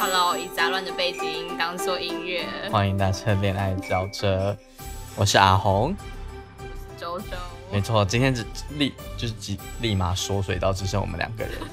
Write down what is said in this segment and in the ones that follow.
Hello， 以杂乱的背景音当做音乐。 欢迎搭乘恋爱脚车，我是阿红， 周周。 没错，今天立马缩水到只剩我们2个人，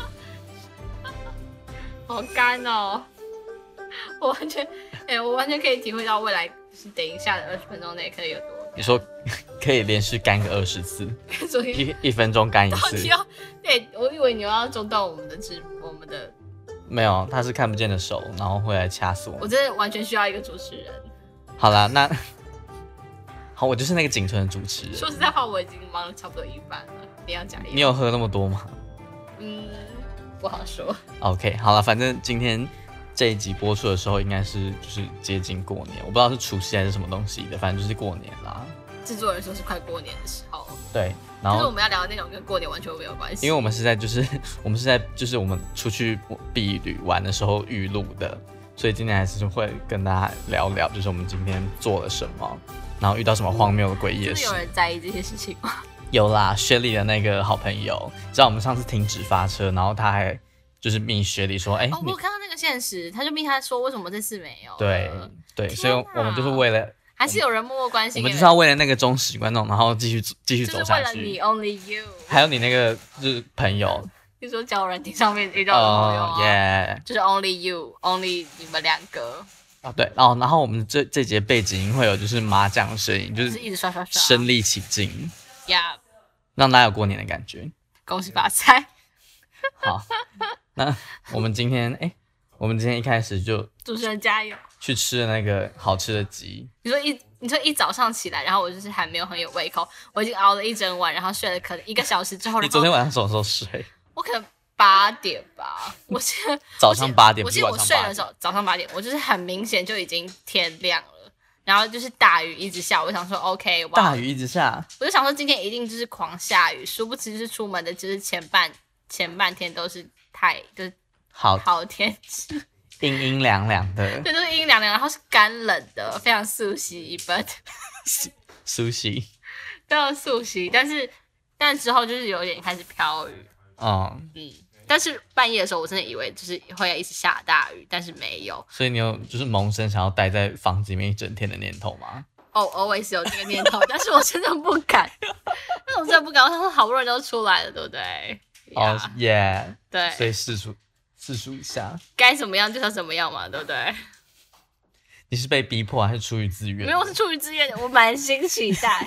好干哦！我完全可以体会到未来是等一下的20分钟内可以有多干。 你说可以连续干个20次， 所以 1分钟干一次。 对，我以为你要中断我们的没有，他是看不见的手，然后会来掐死我。 我真的完全需要一个主持人。 好啦，那好，我就是那个仅存的主持人。 说实在话，我已经忙了差不多一半了。你要讲一半？ 你有喝那么多吗？ 不好说。 OK， 好了，反正今天这一集播出的时候，应该是就是接近过年，我不知道是除夕还是什么东西的，反正就是过年啦。 制作人说是快过年的时候。 对，然后就是我们要聊的内容跟过年完全没有关系， 因为我们是在我们出去避旅玩的时候预录的，所以今天还是会跟大家聊聊，就是我们今天做了什么，然后遇到什么荒谬的诡异的事。 真的有人在意这些事情吗？ 有啦，雪莉的那个好朋友，知道我们上次停止发车，然后他还就是密雪莉说， 我看到那个现实，他就密他说为什么这次没有。 对，所以我们就是为了。 还是有人默默关心， 我们就是要为了那个忠实观众，然后继续走下去。 就是为了你 Only You， 还有你那个就是朋友， 你说交友软件上面遇到的朋友就是 Only You Only 你们2个啊，对然后我们这节背景音会有就是麻将声音，就是一直刷身临其境呀， 让大家有过年的感觉。 恭喜发财！ 好，那我们今天一开始就主持人加油。 去吃了那个好吃的鸡。你说一早上起来，然后我就是还没有很有胃口，我已经熬了一整晚，然后睡了可能1个小时之后。 你昨天晚上什么时候睡？ 我可能8点吧。 早上8点， 我记得我睡的时候早上8点，我就是很明显就已经天亮了，然后就是大雨一直下，我想说 OK， 大雨一直下， 我就想说今天一定就是狂下雨，殊不知就是出门的就是前半天都是就是好天气。 阴阴凉凉的， 对，都是阴阴凉凉，然后是干冷的，非常速洗一般。 速洗， 非常速洗，但之后就是有点开始飘雨。但是半夜的时候，我真的以为就是会一直下大雨，但是没有。 所以你有就是萌生想要待在房子里面一整天的念头吗 ？always 有这个念头，但是我真的不敢。但我真的不敢，我想说好不容易都出来了，对不对？ 对，所以试数一下， 该怎么样就要怎么样嘛，对不对？ 你是被逼迫还是出于自愿？ 没有，我是出于自愿的，我满心期待。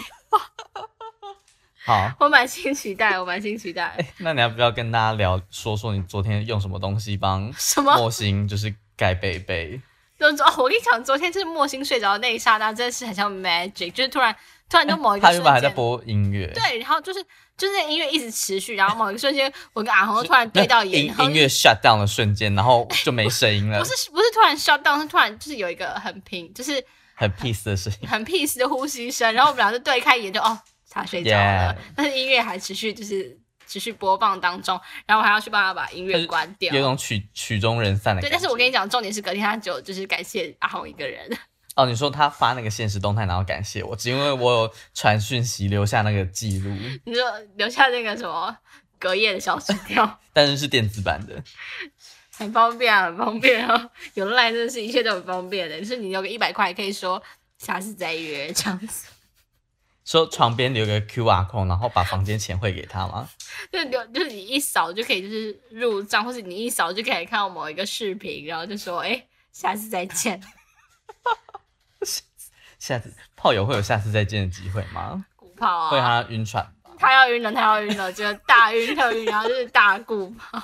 好， 我满心期待。 那你要不要跟大家说你昨天用什么东西帮莫欣就是盖被被？ 我跟你讲，昨天就是莫欣睡着的那一刹那，真的是很像 magic， 就是突然就某一个瞬间， 他原本还在播音乐， 对，然后就是音乐一直持续，然后某一个瞬间，我跟阿红突然对到眼， 音乐 shut down 的瞬间，然后就没声音了。 不是突然 shut down， 是突然就是有一个很平，就是很 peace 的声音， 很 peace 的呼吸声，然后我们俩就对开眼就他睡着了，但是音乐还持续播放当中，然后我还要去帮他把音乐关掉， 有种曲终人散的感觉。 对，但是我跟你讲，重点是隔天他就是感谢阿红一个人。 你说他发那个限时动态，然后感谢我，只因为我有传讯息留下那个记录。 你说留下那个什么隔夜的小纸条， 但是是电子版的， 很方便啊，很方便啊！有赖真的是一切都很方便的，就是你有个100块，可以说下次再约这样子。 说床边留个 QR code， 然后把房间钱汇给他吗？ 就是你一扫就可以就是入账，或是你一扫就可以看到某一个视频，然后就说下次再见。 下次炮友会有下次再见的机会吗？ 鼓炮啊， 会他晕船吧？ 他要晕了，就大晕特晕，然后就是大鼓炮。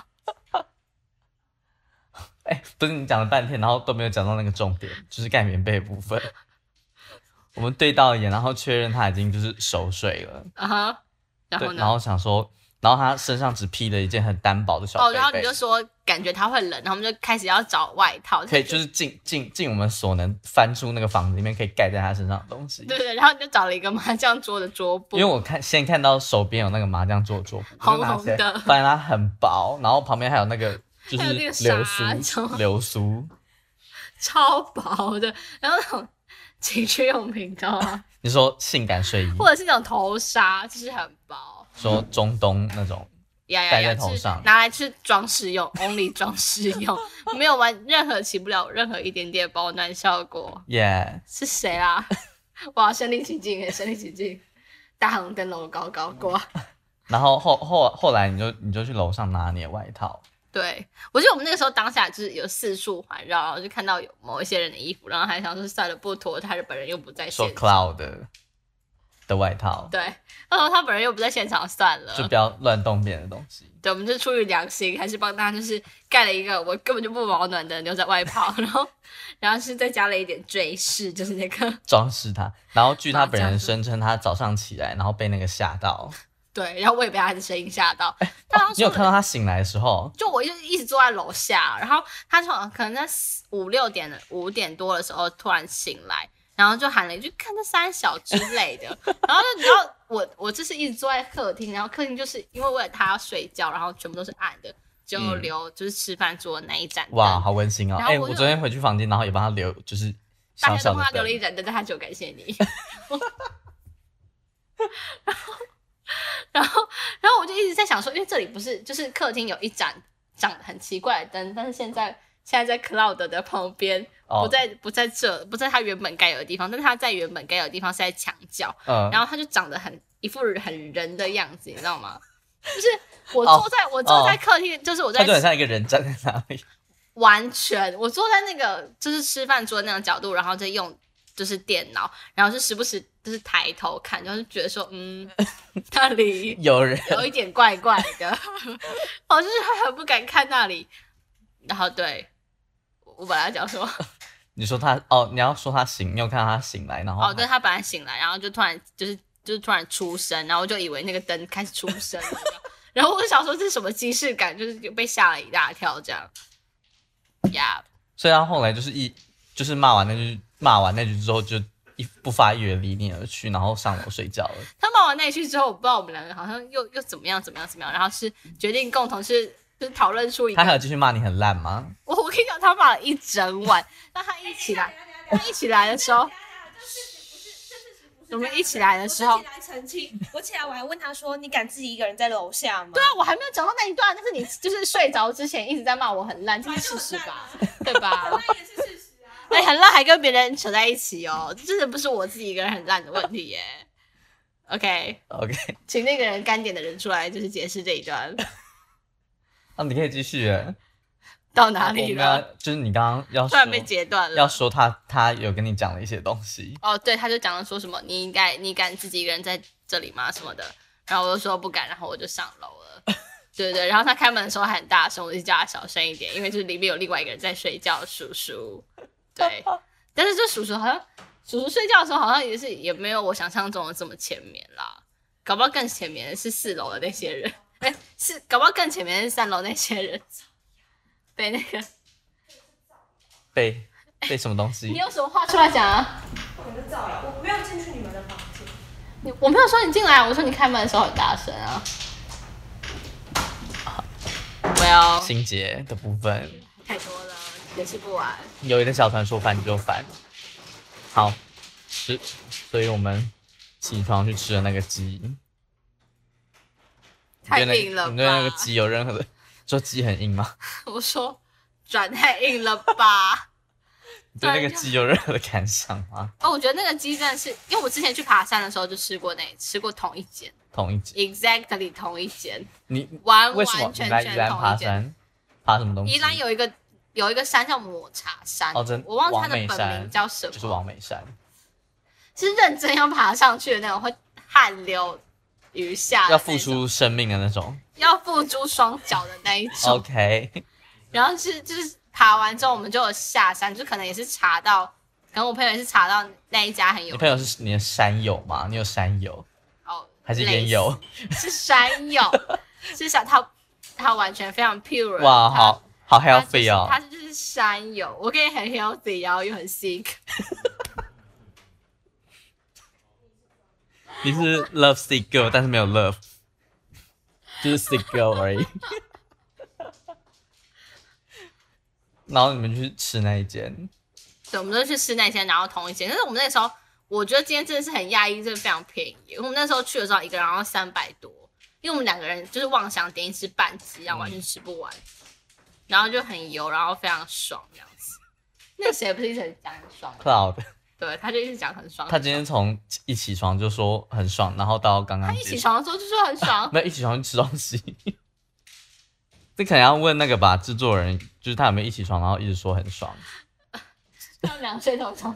不是你讲了半天，然后都没有讲到那个重点，就是盖棉被的部分。我们对到眼，然后确认他已经就是熟睡了。 然后呢？ 然后想说，然后他身上只披了一件很单薄的小被被。 然后你就说感觉他会冷，然后我们就开始要找外套， 可以就是尽我们所能翻出那个房子里面可以盖在他身上的东西。 对，然后你就找了一个麻将桌的桌布， 因为我先看到手边有那个麻将桌的桌布， 红红的， 发现它很薄，然后旁边还有那个就是流苏， 超薄的，然后那种情趣用品，你知道吗？ 你说性感睡衣， 或者是那种头纱，就是很薄。 说中东那种戴在头上， 拿来是装饰用，only 装饰用，没有起不了任何一点点保暖效果。是谁啊？哇，身临其境，身临其境，大红灯笼高高挂。 然后后来你就去楼上拿你的外套。 对，我记得我们那个时候当下就是有四处环绕，然后就看到有某一些人的衣服，然后还想说算了不脱，他的本人又不在现场。 说 Cloud 的外套。 对，然后他本人又不在现场，算了， 就不要乱动别人的东西。 对，我们就出于良心，还是帮他就是盖了一个我根本就不保暖的牛仔外套，然后是再加了一点坠饰，就是那个装饰他。然后据他本人声称，他早上起来然后被那个吓到。 对，然后我也被他的声音吓到。 你有看到他醒来的时候？ 就我就一直坐在楼下，然后他可能在5点多的时候突然醒来，然后就喊了一句"看这三小"之类的。然后你知道我就是一直坐在客厅，然后客厅就是因为为了他要睡觉，然后全部都是暗的，就留就是吃饭桌的那一盏灯。 哇，好温馨哦！我昨天回去房间，然后也帮他留，就是小小的灯。大家都帮他留了一盏灯，但他只有感谢你。然后我就一直在想说，因为这里不是就是客厅有一盏长得很奇怪的灯，但是现在在 Cloud 的旁边，不在他原本该有的地方，但是他在原本该有的地方是在墙角，然后他就长得一副很人的样子，你知道吗？就是我坐在客厅，就是我在， 他就很像一个人站在那里， 完全我坐在那个就是吃饭桌那种角度，然后再用就是电脑，然后就时不时就是抬头看，然后就觉得说那里有人， 有一点怪怪的，我就是很不敢看那里。然后对我本来讲什么？ 你说他你要说他醒，你有看到他醒来，然后对，他本来醒来，然后就突然就是突然出声，然后我就以为那个灯开始出声了，然后我就想说这是什么既视感，就是被吓了一大跳这样。 所以他后来就是骂完那句之后，就不发一语离你而去，然后上楼睡觉了。 他骂完那句之后，我不知道我们两个好像又怎么样，然后是决定共同就是讨论出一个。 他还有继续骂你很烂吗？ 我跟你讲，他骂了一整晚。那他一起来的时候，我们一起来的时候， 我起来澄清，我起来我还问他说："你敢自己一个人在楼下吗？" 对啊，我还没有讲到那一段，但是你就是睡着之前一直在骂我很烂，这是事实吧？对吧？ 那也是事实啊。 很烂还跟别人扯在一起哦，这真的不是我自己一个人很烂的问题耶。OK， 请那个人干点的人出来，就是解释这一段。 你可以继续耶。 到哪里了？ 就是你刚刚要说， 突然被截断了。 要说他有跟你讲了一些东西。 对，他就讲了说什么你敢自己一个人在这里吗什么的，然后我就说不敢，然后我就上楼了。对，然后他开门的时候还很大声，我就叫他小声一点，因为就是里面有另外一个人在睡觉，叔叔。对，但是这叔叔睡觉的时候好像也没有我想象中的这么前面啦，搞不好更前面的是4楼的那些人，搞不好更前面的是3楼那些人。被那个被什么东西？ 你有什么话出来讲啊？ 我就照了，我没有进去你们的房间。 我没有说你进来，我说你开门的时候很大声啊。 心结的部分太多了，解释不完。 有一个小团说烦就烦。好，所以我们起床去吃了那个鸡。 太硬了吧？ 你对那个鸡有任何的？说鸡很硬吗？ 我说转太硬了吧。 你对那个鸡有任何的感想吗？ 我觉得那个鸡真的是，因为我之前去爬山的时候就吃过同一间，exactly 同一间。 你完为什么你来宜兰爬山？爬什么东西？ 宜兰有一个山叫抹茶山，我忘记它的本名叫什么， 就是王美山， 是认真要爬上去的那种，会汗流雨下， 要付出生命的那种， 要付诸双脚的那一种。 OK， 然后就是爬完之后，我们就有下山，就可能也是查到，可能我朋友也是查到那一家很有名。 你朋友是你的山友吗？你有山友？还是烟友？ 是山友，是他完全非常 pure。 哇，好 healthy 哦。 他就是山友，我可以很 healthy， 然后又很 sick。 你是 love sick girl， 但是没有 love， 就是 sick girl 而已。然后你们去吃那一间， 对，我们都去吃那一间，然后同一间。但是我们那时候，我觉得今天真的是很压抑，真的非常便宜。我们那时候去的时候，一个人然后300多， 因为我们2个人就是妄想点一吃半只，然后完全吃不完，然后就很油，然后非常爽这样子。那个谁不是一直讲很爽 ？Cloud， 对，他就一直讲很爽。 他今天从一起床就说很爽，然后到刚刚他一起床的时候就说很爽， 没有一起床去吃东西。这可能要问那个吧，制作人，就是他有没有一起床，然后一直说很爽。 他们2睡同床。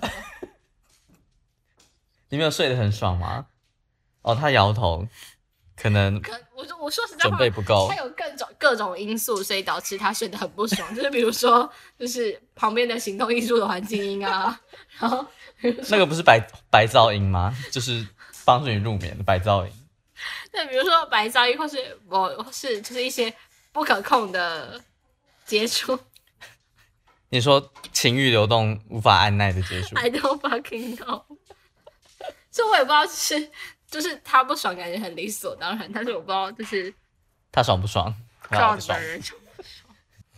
你没有睡得很爽吗？哦，他摇头，可能我说实在话， 准备不够。 他有各种因素，所以导致他睡得很不爽。就是比如说，就是旁边的行动艺术的环境音啊，然后那个不是白噪音吗？就是帮助你入眠的白噪音。 对，比如说白噪音，或是就是一些不可控的接触。 你说情欲流动无法按耐的结束 I don't fucking know。所以我也不知道，就是他不爽，感觉很理所当然，但是我不知道就是他爽不爽？他撞不爽的人爽不爽。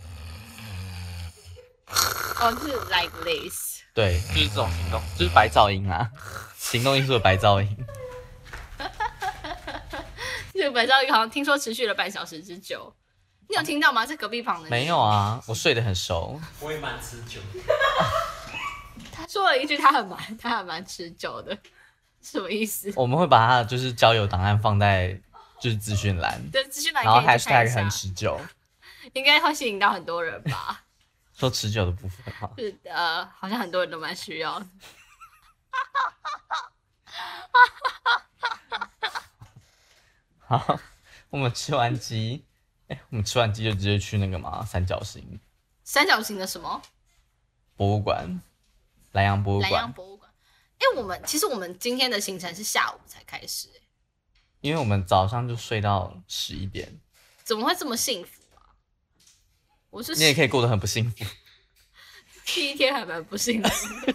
哦，就是 like this。 对，就是这种行动，就是白噪音啊，行动艺术的白噪音。 这个白噪音好像听说持续了半小时之久，你有听到吗？在隔壁房的没有啊，我睡得很熟。 我也蛮持久的。 他说了一句他很蛮持久的，什么意思？ 我们会把他的就是交友档案放在就是资讯栏， 对，资讯栏然后可以去看一 hashtag 下很持久， 应该会吸引到很多人吧？ 说持久的部分哈。 就是好像很多人都蛮需要的。 好，我们吃完鸡，我们吃完鸡就直接去那个嘛三角形三角形的什么？ 博物馆，南洋博物南洋馆。 博物馆。其实我们今天的行程是下午才开始， 因为我们早上就睡到11点， 怎么会这么幸福啊？我是你也可以过得很不幸福。 第一天还蛮不幸福的。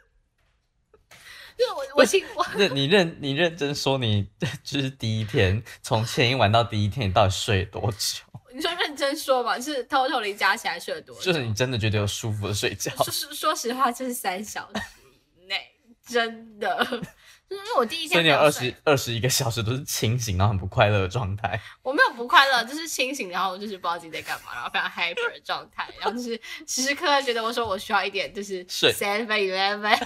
就是我你认真说，你就是第一天，从前一晚到第一天，你到底睡了多久？ 你说认真说吧，是偷偷的加起来睡了多久？ 就是你真的觉得有舒服的睡觉？ 说实话，就是3小时以内，真的。就是因为我第一天所以你有没睡 21个小时都是清醒，然后很不快乐的状态。 我没有不快乐，就是清醒，然后我就是不知道自己在干嘛，然后非常 hyper 的状态，然后就是时时刻刻觉得我需要一点就是睡 7-11。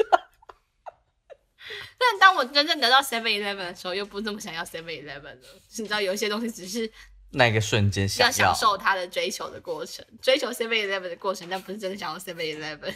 但当我真正得到 7-11的时候，又不这么想要 7-11了。就是你知道，有一些东西只是那个瞬间要想享受它的追求的过程，追求 7-11的过程，但不是真的想要 7-11。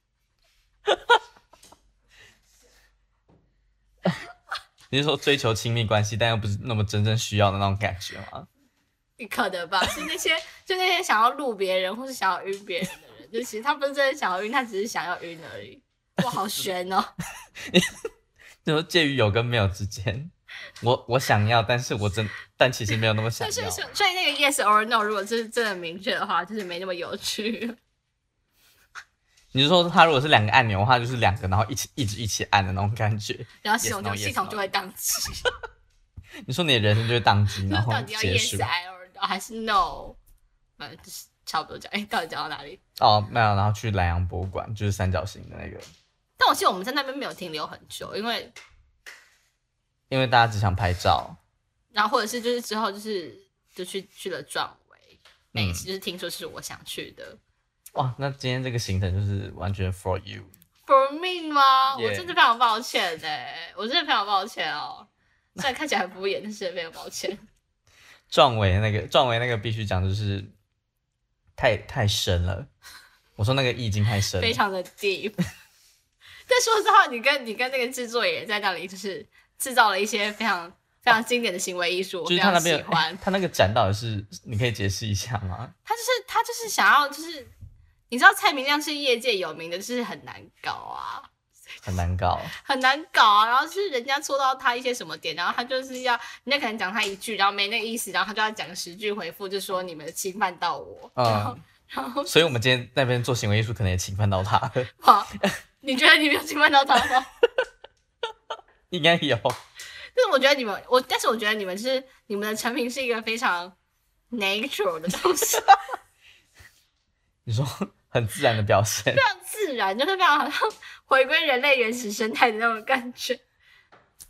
你是说追求亲密关系，但又不是那么真正需要的那种感觉吗？ 可能吧，是那些想要录别人或是想要晕别人的人，就其实他不是真的想要晕，他只是想要晕而已。哇，好悬哦！ 就说介于有跟没有之间，我想要，但其实没有那么想要。 所以那个 yes or no 如果是真的明确的话，就是没那么有趣。 你是说他如果是2个按钮的话，就是2个，然后一直一起按的那种感觉， 然后系 Yes, 统 no, 系 yes, 统 no. 就会宕机。 你说你的人生就会宕机，然后到底要结束 yes or no 还是 no？就是差不多讲，到底讲到哪里？ 哦，没有，然后去南洋博物馆，就是三角形的那个。 但我记得我们在那边没有停留很久，因为大家只想拍照， 然后或者是就是之后就去了壮围，那一次就是听说是我想去的。 哇，那今天这个行程就是完全 for you。 For me 吗？ Yeah. 我真的非常抱歉我真的非常抱歉哦。虽然看起来很敷衍，但是非常抱歉。 壮围那个必须讲，就是太深了。我说那个意境太深了， 非常的 deep。但说实话，你跟那个制作也在那里，就是制造了一些非常非常经典的行为艺术，我非常就是他那边喜欢。 他那个展到底是，你可以解释一下吗？ 他就是想要就是你知道蔡明亮是业界有名的，就是很难搞啊， 很难搞， 很难搞啊。然后就是人家戳到他一些什么点，然后他就是要人家可能讲他一句，然后没那个意思，然后他就要讲10句回复，就说你们侵犯到我。然后所以我们今天那边做行为艺术，可能也侵犯到他了。 好，你觉得你没有侵犯到他吗？ 应该有。 但是我觉得你们是你们的成品是一个非常 natural 的东西， 你说很自然的表现非，常自然，就是非常好像回归人类原始生态的那种感觉。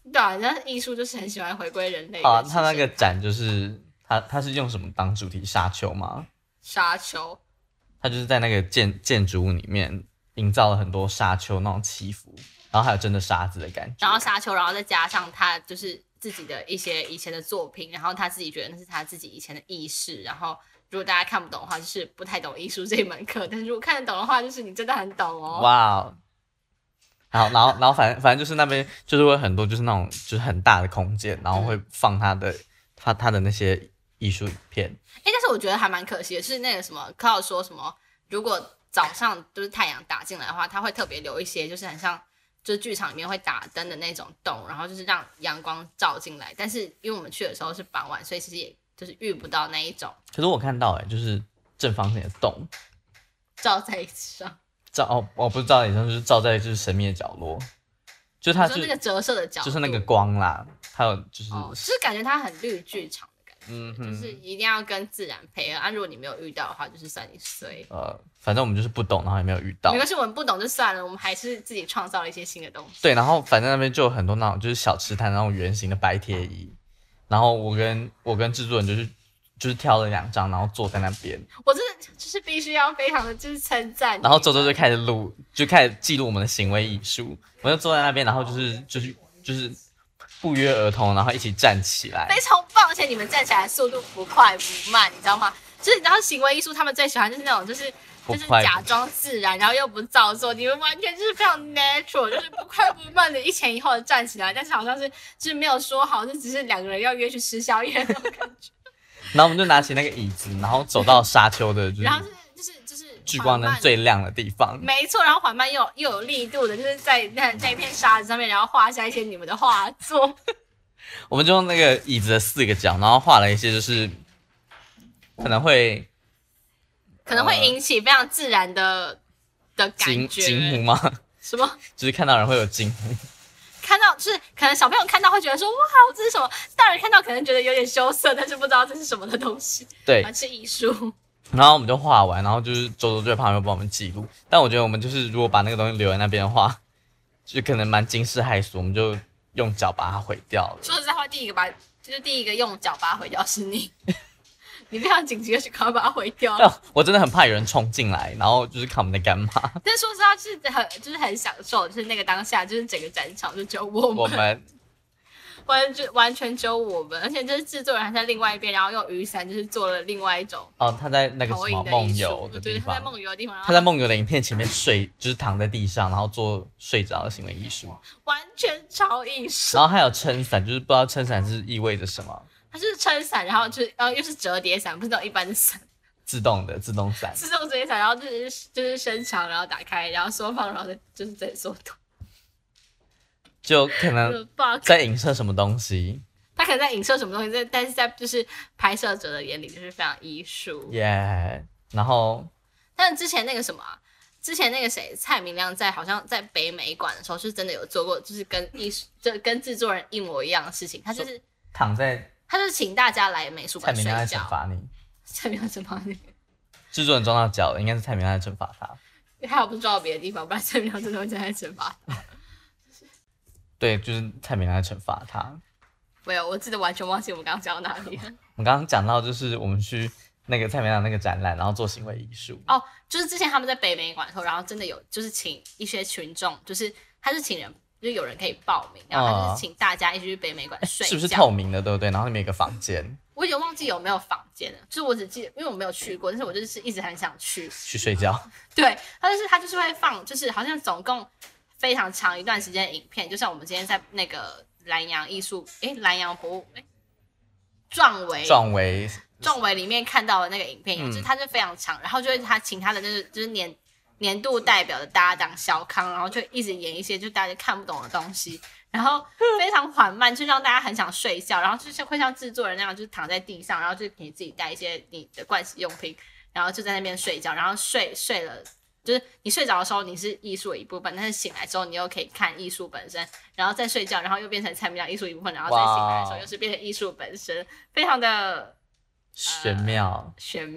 对啊，那艺术就是很喜欢回归人类的啊， 极限。 他那个展就是他是用什么当主题？沙丘吗？ 沙丘， 他就是在那个建筑物里面营造了很多沙丘那种起伏，然后还有真的沙子的感觉。 然后沙丘，然后再加上他就是自己的一些以前的作品，然后他自己觉得那是他自己以前的意识。然后如果大家看不懂的话，就是不太懂艺术这一门课；但是如果看得懂的话，就是你真的很懂哦。 哇，然后反正就是那边就是会很多就是那种就是很大的空间，然后会放他的那些艺术影片。 但是我觉得还蛮可惜的，是那个什么克劳说什么，如果早上就是太阳打进来的话，他会特别留一些，就是很像就是剧场里面会打灯的那种洞，然后就是让阳光照进来。但是因为我们去的时候是傍晚，所以其实也就是遇不到那一种可是我看到就是正方形的洞照在椅子上。 我不知道，也就是照在就是神秘的角落，就它是你说那个折射的角度， 就是那个光啦，还有就是就是感觉它很绿剧场的感觉， 嗯就是一定要跟自然配合。如果你没有遇到的话，就是算你衰。 反正我们就是不懂，然后也没有遇到没。关系，我们不懂就算了，我们还是自己创造了一些新的东西。 对，然后反正那边就有很多那种就是小吃摊那种圆形的白铁椅，然后我跟制作人就是挑了2张，然后坐在那边， 我真的就是必须要非常的就是称赞你。 然后周周就开始录，就开始记录我们的行为艺术。我就坐在那边，然后就是不约而同，然后一起站起来， 非常棒，而且你们站起来的速度不快不慢，你知道吗？就是你知道行为艺术他们最喜欢就是那种就是假装自然，然后又不造作，你们完全就是非常 natural， 就是不快不慢的一前一后的站起来，但是好像是就是没有说好，就只是2个人要约去吃宵夜那种感觉。 然后我们就拿起那个椅子，然后走到沙丘的， 然后就是聚光灯最亮的地方， 没错，然后缓慢又有力度的，就是在一片沙子上面，然后画下一些你们的画作。 我们就用那个椅子的4个角，然后画了一些就是可能会引起非常自然的感觉。 惊呼吗？ 什么？ 就是看到人会有惊呼。 看到就是可能小朋友看到会觉得说哇这是什么，大人看到可能觉得有点羞涩，但是不知道这是什么的东西。 对， 是艺术。 然后我们就画完，然后就是周周就在旁边帮我们记录。但我觉得我们就是如果把那个东西留在那边的话，就可能蛮惊世骇俗，我们就用脚把它毁掉了。 说实在话，第一个用脚把它毁掉是你。你非常紧急的去赶快把它毁掉了。 我真的很怕有人冲进来，然后就是看我们在干嘛。 但说实话，就是很享受，就是那个当下，就是整个展场就只有我们完全只有我们，而且就是制作人还在另外一边，然后用雨伞就是做了另外一种他在那个什么梦游的地方， 他在梦游的地方， 他在梦游的影片前面睡，就是躺在地上，然后做睡着的行为艺术， 完全超艺术。 然后还有撑伞，就是不知道撑伞是意味着什么。 它是撑伞，然后又是折叠伞，不是那种一般的伞， 自动伞， 自动折叠伞，然后就是伸长，然后打开，然后缩放，然后就是再缩短， 就可能在影射什么东西。 他可能在影射什么东西，但是在就是拍摄者的眼里就是非常艺术。 然后， 但之前那个什么之前那个谁蔡明亮好像在北美馆的时候是真的有做过，就是跟制作人一模一样的事情，他就是躺在。 他就是请大家来美术馆睡觉。 蔡明亮在惩罚你。 蔡明亮惩罚你。 制作人撞到脚了，应该是蔡明亮在惩罚他。 还有不是撞到别的地方，不然蔡明亮真的会在惩罚他。 对，就是蔡明亮在惩罚他。 没有，我记得完全忘记我们刚刚讲到哪里了。 我们刚刚讲到就是我们去那个蔡明亮那个展览，然后做行为艺术。 就是之前他们在北美馆的时候，然后真的有就是请一些群众，就是他是请人。就有人可以报名，然后他就是请大家一起去北美馆睡觉， 是不是透明的，对不对？然后里面有个房间， 我有忘记有没有房间了，就是我只记得，因为我没有去过，但是我就是一直很想去睡觉。 对，他就是会放，就是好像总共非常长一段时间的影片，就像我们今天在那个南洋博物壮维里面看到的那个影片一样，就是它就非常长，然后就会他请他的就是年度代表的搭档小康，然后就一直演一些就大家看不懂的东西，然后非常缓慢，就让大家很想睡觉，然后就是会像制作人那样，就是躺在地上，然后就你自己带一些你的盥洗用品，然后就在那边睡觉，然后睡了，就是你睡着的时候你是艺术的一部分，但是醒来之后你又可以看艺术本身，然后再睡觉，然后又变成蔡明亮艺术一部分，然后再醒来的时候又是变成艺术本身，非常的玄妙。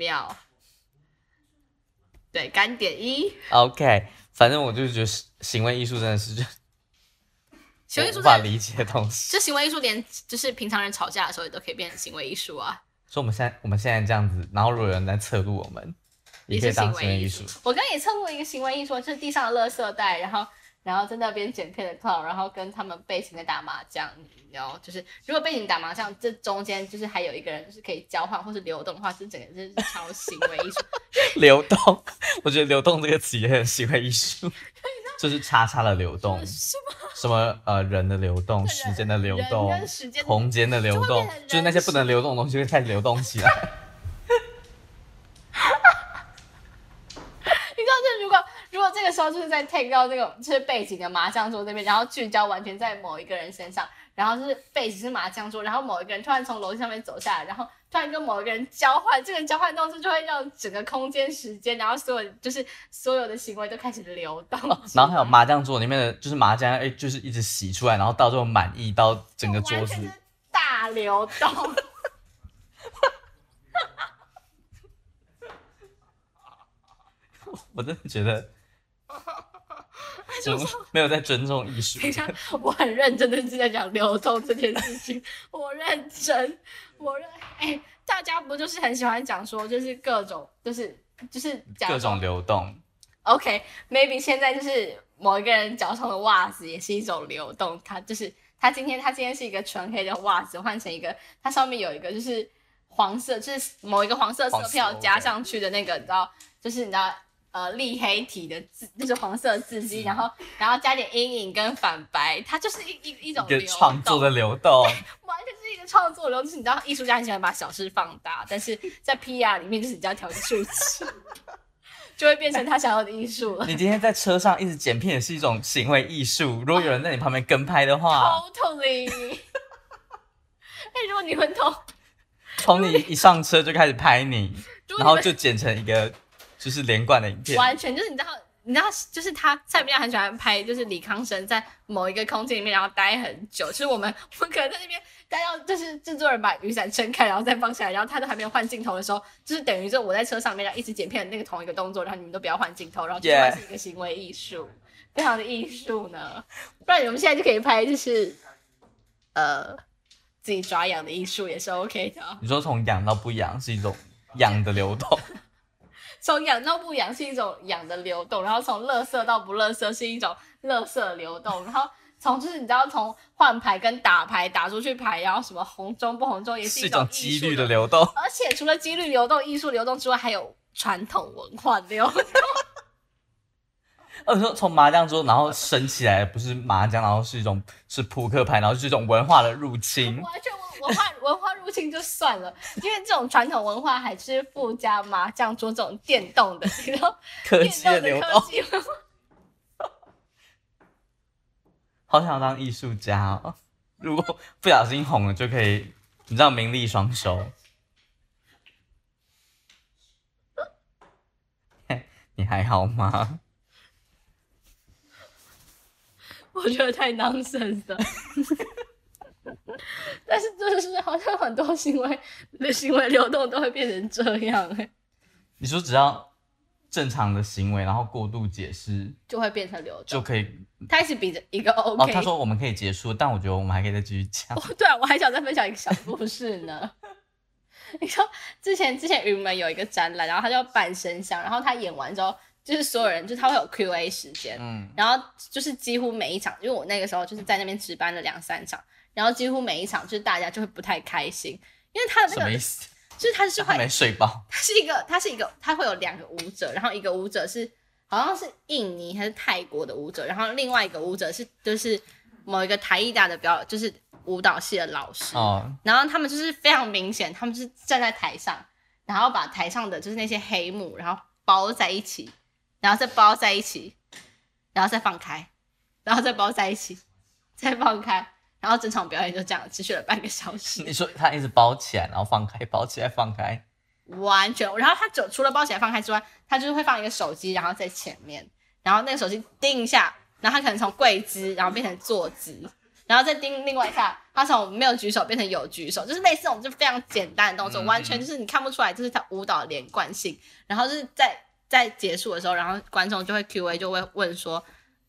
对，干点1 OK， 反正我就觉得行为艺术真的是行为艺术无法理解的东西。 就行为艺术，连就是平常人吵架的时候也都可以变成行为艺术啊。 所以我们现在这样子，然后如果有人在侧录我们，也可以当行为艺术。 我刚刚也测过一个行为艺术，就是地上的垃圾袋，然后在那边剪片的 clown， 然后跟他们背景在打麻将，然后就是如果背景打麻将，这中间就是还有一个人就是可以交换或是流动的话，这整个就是超行为艺术。 流动，我觉得流动这个词也很行为艺术，就是叉叉的流动，什么人的流动，时间的流动，空间的流动，就是那些不能流动的东西会开始流动起来。 你知道，就如果这个时候就是在 take 到这个就是背景的麻将桌这边，然后聚焦完全在某一个人身上，然后就是背景是麻将桌，然后某一个人突然从楼梯上面走下来，然后突然跟某一个人交换，这个交换动作就会让整个空间、时间，然后所有的行为都开始流动。 然后还有麻将桌里面的，就是麻将，就是一直洗出来，然后到最后满意到整个桌子大流动。 我真的觉得我们没有在尊重艺术。 等一下，我很认真的是在讲流动这件事情，我认真，大家不就是很喜欢讲说，就是各种，就是讲各种流动。 OK，maybe 现在就是某一个人脚上的袜子也是一种流动，他今天是一个纯黑的袜子，换成一个，它上面有一个就是黄色，就是某一个黄色色票加上去的那个，你知道，就是你知道。立黑体的字就是黄色字迹，然后加点阴影跟反白，它就是一种流动， 创作的流动， 完全是一个创作流动。就是你知道，艺术家很喜欢把小事放大，但是在 PR 里面，就是你只要调一个数字，就会变成他想要的艺术了。 你今天在车上一直剪片也是一种行为艺术。如果有人在你旁边跟拍的话 ，totally。如果你们从你一上车就开始拍你，然后就剪成一个。就是连贯的影片， 完全就是你知道，就是蔡明亮很喜欢拍，就是李康生在某一个空间里面，然后待很久。就是我们可能在那边待到，就是制作人把雨伞撑开，然后再放下来，然后他都还没有换镜头的时候，就是等于说我在车上面，然后一直剪片的那个同一个动作，然后你们都不要换镜头，然后就算是一个行为艺术，非常的艺术呢。不然我们现在就可以拍，就是自己抓痒的艺术也是 OK 的。 你说从痒到不痒是一种痒的流动。 从痒到不痒是一种痒的流动，然后从垃圾到不垃圾是一种垃圾流动，然后就是你知道从换牌跟打牌打出去牌，然后什么红中不红中也是一种几率的流动， 而且除了几率流动、艺术流动之外，还有传统文化流动。 你说从麻将桌然后升起来，不是麻将，然后是扑克牌，然后是一种文化的入侵。 完全文化入侵就算了，因为这种传统文化还是附加麻将桌这种电动的，你知道科技的流动。好想当艺术家哦！如果不小心红了，就可以，你知道名利双收。你还好吗？ 我觉得太 nonsense 了。但是就是好像很多行为流动都会变成这样你说只要正常的行为，然后过度解释，就会变成流动， 就可以。 他一直比着一个 OK。 他说我们可以结束，但我觉得我们还可以再继续讲。 对啊，我还想再分享一个小故事呢。你说之前云门有一个展览，然后他叫半生像，然后他演完之后。就是所有人，就是他会有 Q&A 时间，然后就是几乎每一场，因为我那个时候就是在那边值班了2-3场，然后几乎每一场就是大家就会不太开心，因为他的那个什么意思？ 就是他是会没睡饱， 他会有2个舞者，然后一个舞者是好像是印尼还是泰国的舞者，然后另外一个舞者是就是某一个台艺大的就是舞蹈系的老师，然后他们就是非常明显，他们就是站在台上，然后把台上的就是那些黑幕，然后包在一起。然后再包在一起，然后再放开，然后再包在一起，再放开，然后整场表演就这样持续了半个小时。 你说他一直包起来，然后放开，包起来放开， 完全。然后他除了包起来放开之外，他就是会放一个手机，然后在前面，然后那个手机叮一下，然后他可能从跪姿，然后变成坐姿，然后再叮另外一下，他从没有举手变成有举手，就是类似这种就非常简单的动作，完全就是你看不出来这是他舞蹈的连贯性，然后就是在结束的时候，然后观众就会 Q&A 就会问说，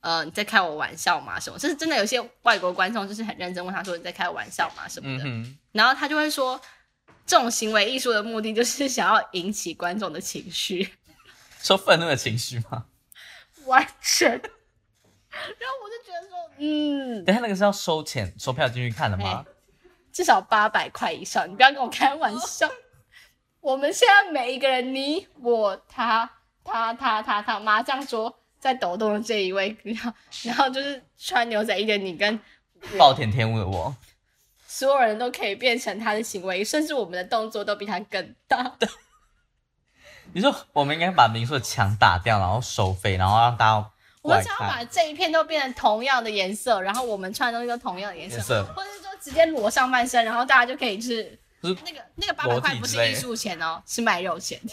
你在开我玩笑吗？什么？就是真的有些外国观众就是很认真问他说你在开我玩笑吗？什么的，然后他就会说，这种行为艺术的目的就是想要引起观众的情绪， 说愤怒的情绪吗？ 完全。然后我就觉得说， 等一下那个是要收钱收票进去看的吗？ 至少800块以上，你不要跟我开玩笑。我们现在每一个人，你我他麻将桌在抖动的这一位，然后就是穿牛仔衣的你跟暴殄天物的我， 所有人都可以变成他的行为，甚至我们的动作都比他更大。 你说我们应该把民宿的墙打掉，然后收费，然后让大家我们想要把这一片都变成同样的颜色，然后我们穿的东西都同样的颜色，或者说直接裸上半身，然后大家就可以就是那个800块不是艺术钱哦，是卖肉钱。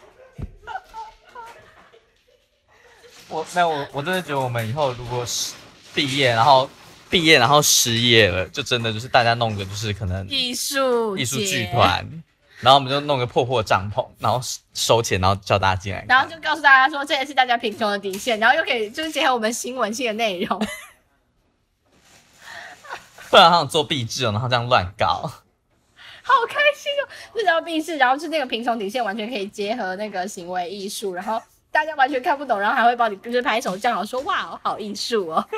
我真的觉得我们以后如果毕业然后失业了，就真的就是大家弄个就是可能艺术剧团，然后我们就弄个破帐篷，然后收钱，然后叫大家进来看， 然后就告诉大家说这也是大家贫穷的底线，然后又可以就是结合我们新闻性的内容。 不然好想做壁纸哦，然后这样乱搞， 好开心哦！这叫壁纸，然后是那个贫穷底线完全可以结合那个行为艺术，然后大家完全看不懂，然后还会帮你就是拍手叫好说哇好艺术哦。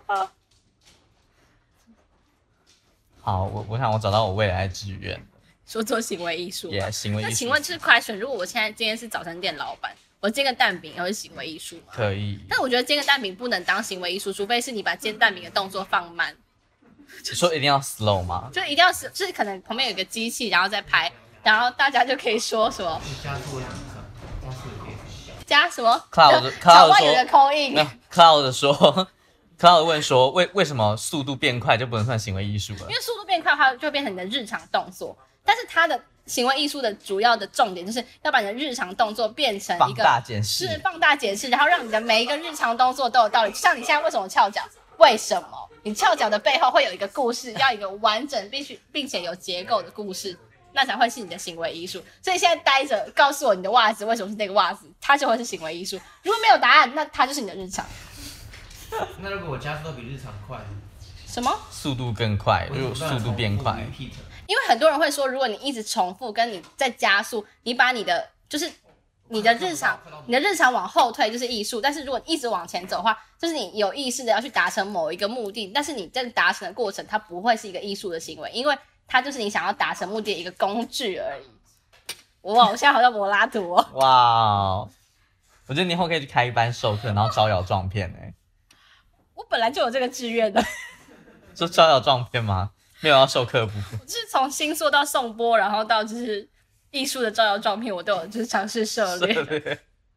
好，我想我找到我未来的志愿， 说做行为艺术， 行为艺术。 那请问就是question，如果我今天是早餐店老板，我煎个蛋饼，也会是行为艺术吗？ 可以， 但我觉得煎个蛋饼不能当行为艺术，除非是你把煎蛋饼的动作放慢。 你说一定要 slow 吗？ 就一定要就是可能旁边有个机器，然后再拍，然后大家就可以说什么加什么 Cloud 说，Cloud 问说为什么速度变快就不能算行为艺术了？ 因为速度变快的话，就会变成你的日常动作。但是它的行为艺术的主要的重点就是要把你的日常动作变成一个放大解释，然后让你的每一个日常动作都有道理。就像你现在为什么翘脚？为什么？你翘脚的背后会有一个故事，要一个完整并且有结构的故事，那才会是你的行为艺术。所以现在待着告诉我你的袜子为什么是那个袜子，它就会是行为艺术。如果没有答案，那它就是你的日常。 那如果我加速度比日常快呢？ 什么？ 速度更快，如果速度变快。 因为很多人会说，如果你一直重复，跟你在加速，你把你的就是你的日常往后推就是艺术，但是如果你一直往前走的话，就是你有意识的要去达成某一个目的，但是你这个达成的过程它不会是一个艺术的行为，因为它就是你想要达成目的的一个工具而已。哇，我现在好像柏拉图哦。 哇，我觉得你以后可以去开一班授课，然后招摇撞骗我本来就有这个志愿的。 说招摇撞骗吗？没有要授课部分。 就是从星座到颂钵，然后到就是艺术的招摇撞骗，我都有就是尝试涉猎。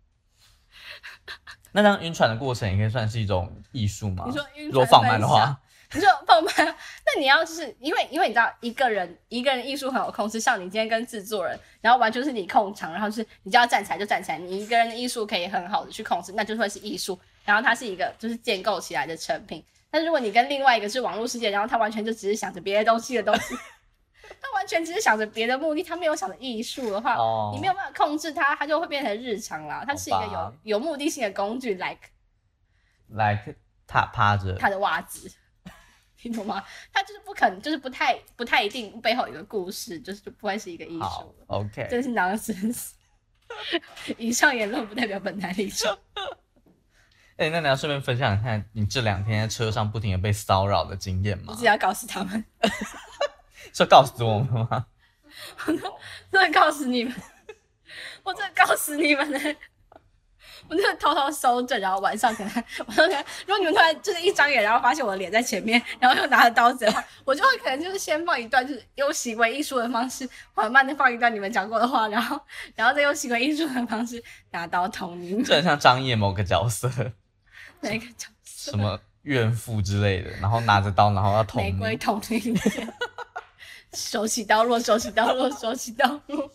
那这样晕船的过程也可以算是一种艺术吗？ 你说晕船如果放慢的话， 你说放慢，那你要就是因为你知道一个人艺术很有控制，像你今天跟制作人，然后完全是你控场，然后就是你就要站起来就站起来，你一个人的艺术可以很好的去控制，那就会是艺术，然后它是一个就是建构起来的成品。但是如果你跟另外一个是网络世界，然后他完全就只是想着别的东西，他完全只是想着别的目的，他没有想着艺术的话，你没有办法控制它，它就会变成日常啦。它是一个有目的性的工具 ，like 他趴着他的袜子，你懂吗？它就是不可能，就是不太一定背后有一个故事，就是不会是一个艺术。 OK， 这是 nonsense。以上言论不代表本台立场。 那你要顺便分享一下你这2天在车上不停的被骚扰的经验吗？ 我只要告诉他们。 是告诉我们吗？ 真的告诉你们，我真的告诉你们呢。我真的偷偷收着，然后晚上可能，如果你们突然就是一张眼，然后发现我的脸在前面，然后又拿着刀子的话，我就会可能就是先放一段，就是用行为艺术的方式缓慢的放一段你们讲过的话，然后再用行为艺术的方式拿刀捅你们。 这很像张掖某个角色。 哪一个角色？ 什么怨妇之类的，然后拿着刀，然后要捅你。 玫瑰捅你。手起刀落，手起刀落，手起刀落。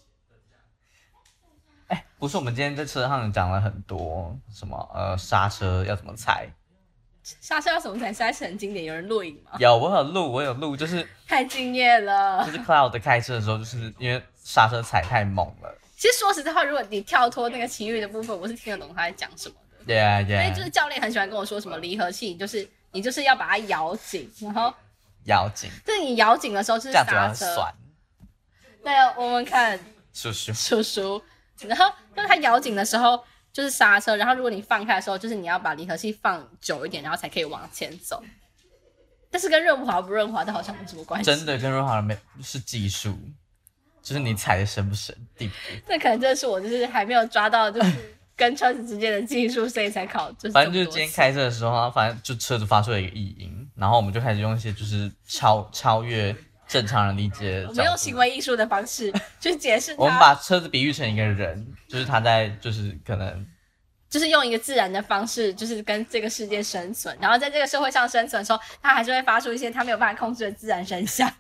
不是，我们今天在车上讲了很多什么刹车要怎么踩， 刹车要怎么踩，实在是很经典。有人录影吗？ 有，我有录，就是太敬业了。 就是 Cloud 开车的时候，就是因为刹车踩太猛了。 其实说实在话，如果你跳脱那个情欲的部分，我是听得懂他在讲什么的。 Yeah, 所以 yeah. 就是教练很喜欢跟我说什么离合器，你就是要把它咬紧，然后咬紧， 就是你咬紧的时候就是这样子要刹车。 酸。 对，我们看叔叔， 叔叔，然后就是它咬紧的时候就是刹车，然后如果你放开的时候，就是你要把离合器放久一点，然后才可以往前走。但是跟润滑不润滑的好像没什么关系。 真的跟润滑没是技术，就是你踩的深不深，地不地。 这可能就是我就是还没有抓到就是跟车子之间的技术，所以才考就是。 反正就是今天开车的时候，反正就车子发出了一个异音，然后我们就开始用一些就是超越正常人理解的角度， 我们用行为艺术的方式去解释它。 我们把车子比喻成一个人，就是他在就是可能。 就是用一个自然的方式，就是跟这个世界生存，然后在这个社会上生存的时候，他还是会发出一些他没有办法控制的自然声响。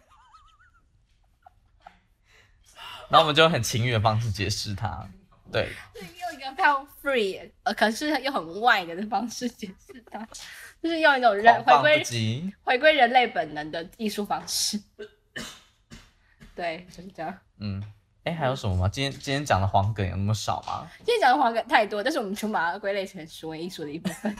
然后我们就用很情欲的方式解释它，对， 就是用一个非常 free，可是又很外的方式解释它，就是用一种回归人类本能的艺术方式。对，就是这样。 还有什么吗？今天讲的黄梗有那么少吗？ 今天讲的黄梗太多，但是我们全把它归类成行为艺术的一部分。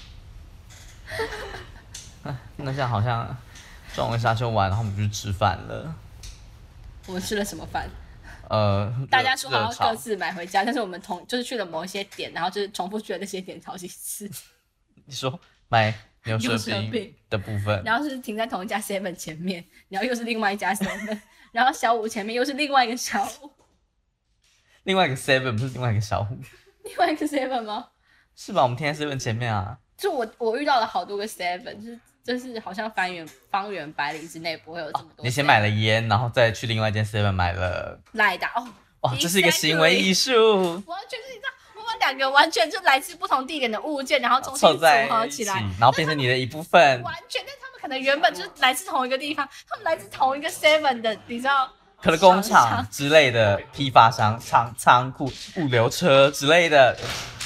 那这样好像撞完沙丘完，然后我们就去吃饭了。 我们吃了什么饭？ 大家说好要各自买回家，但是我们就是去了某一些点，然后就是重复去了那些点好几次。 你说买牛舌饼的部分， 然后是停在同一家 7 前面，然后又是另外一家 7， 然后小五前面又是另外一个小五， 另外一个 7不是另外一个小五， 另外一个 7吗？ 是吧？我们停在7前面啊。 就我遇到了好多个 7，就是好像方圆百里之内不会有这么多。 你先买了烟，然后再去另外一间 7买了赖达这是一个行为艺术。 完全是你知道，我们两个完全就来自不同地点的物件，然后重新组合起来， 然后变成你的一部分。 完全，但他们可能原本就是来自同一个地方，他们来自同一个 7的，你知道， 可能工厂之类的批发商、仓库、物流车之类的。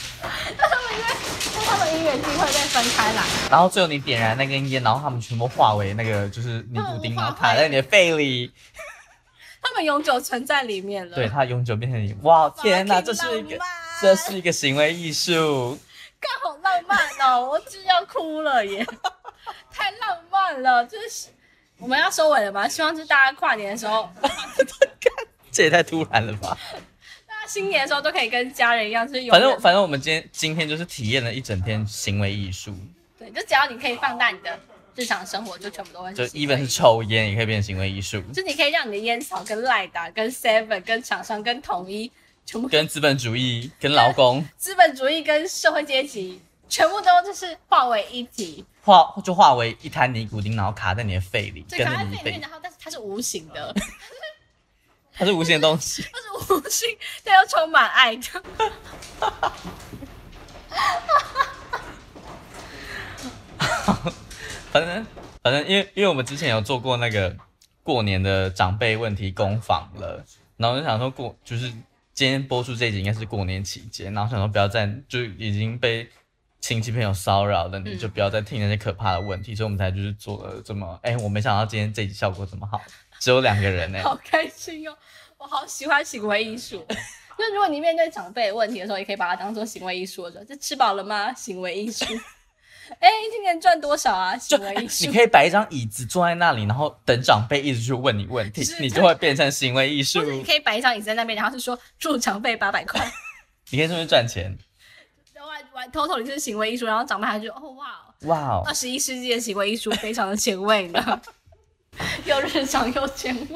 他们因缘际会被分开来， 然后最后你点燃那根烟，然后他们全部化为那个就是尼古丁，然后卡在你的肺里。 他们永久存在里面了。 对，它永久变成你。哇，天哪，这是一个行为艺术。 刚好浪漫哦，我就要哭了耶！太浪漫了，就是我们要收尾了吗？希望是大家跨年的时候， 这也太突然了吧！ 大家新年的时候都可以跟家人一样，就是反正我们今天就是体验了一整天行为艺术。 对，就只要你可以放大你的日常生活，就全部都会是。 就 even 是抽烟也可以变成行为艺术。 就你可以让你的烟草跟赖达、跟 7、跟厂商、跟统一，全部跟资本主义、跟劳工、 资本主义跟社会阶级，全部都就是化为一体。 化为一滩尼古丁，然后卡在你的肺里， 对，卡在肺里面，然后但是它是无形的。 它是无形的东西， 它是无形，但又充满爱的。 反正，因为我们之前有做过那个过年的长辈问题工坊了，然后就想说就是今天播出这一集应该是过年期间，然后想说不要再就已经被亲戚朋友骚扰了，你就不要再听那些可怕的问题，所以我们才就是做了这么我没想到今天这一集效果这么好，只有2个人好开心哦！我好喜欢行为艺术。就如果你面对长辈的问题的时候，也可以把它当做行为艺术的，就吃饱了吗？行为艺术。今年赚多少啊？行为艺术。 你可以摆一张椅子坐在那里，然后等长辈一直去问你问题，你就会变成行为艺术。 或者你可以摆一张椅子在那边，然后是说祝长辈800块。 你可以顺便赚钱。 total 就是行为艺术，然后长辈还就哇，21世纪的行为艺术非常的前卫呢，又日常又前卫。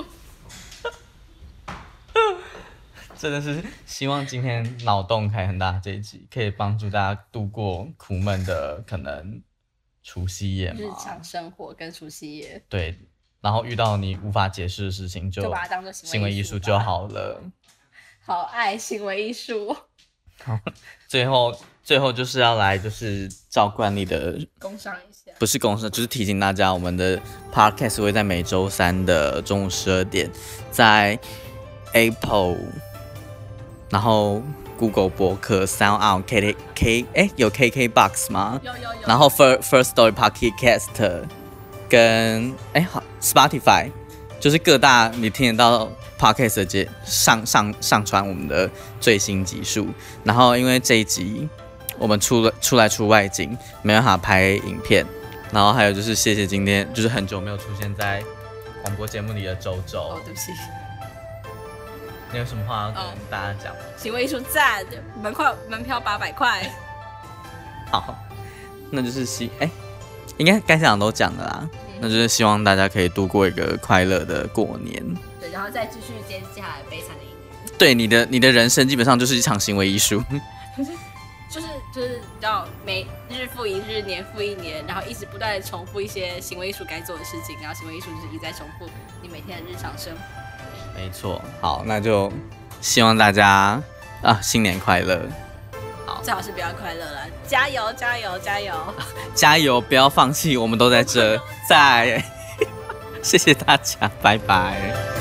真的是希望今天脑洞开很大这一集可以帮助大家度过苦闷的可能除夕夜嘛， 日常生活跟除夕夜。 对，然后遇到你无法解释的事情就把它当作行为艺术就好了。 好爱行为艺术。 好，最后就是要来就是照惯例的工商一下， 不是工商，就是提醒大家我们的 podcast 会在每周3的中午12点在 Apple， 然后 Google 博客 SoundOn有 KKBox 吗？ 有。 然后 First Story Podcast 跟Spotify， 就是各大你听得到 podcast 的上传我们的最新集数。然后因为这一集我们出外景，没办法拍影片。然后还有就是谢谢今天就是很久没有出现在广播节目里的周周。 哦，对不起。 你有什么话要跟大家讲？ 行为艺术赞，门票800块。 好，那就是应该该讲都讲了啦。那就是希望大家可以度过一个快乐的过年。 对，然后再继续接下来悲惨的一年。 对，你的人生基本上就是一场行为艺术。 就是你知道，每日复一日，年复一年，然后一直不断的重复一些行为艺术该做的事情，然后行为艺术就是一再重复你每天的日常生活。 没错，好，那就希望大家新年快乐。 好，最好是不要快乐了，加油加油加油加油，不要放弃，我们都在这，在，谢谢大家，拜拜。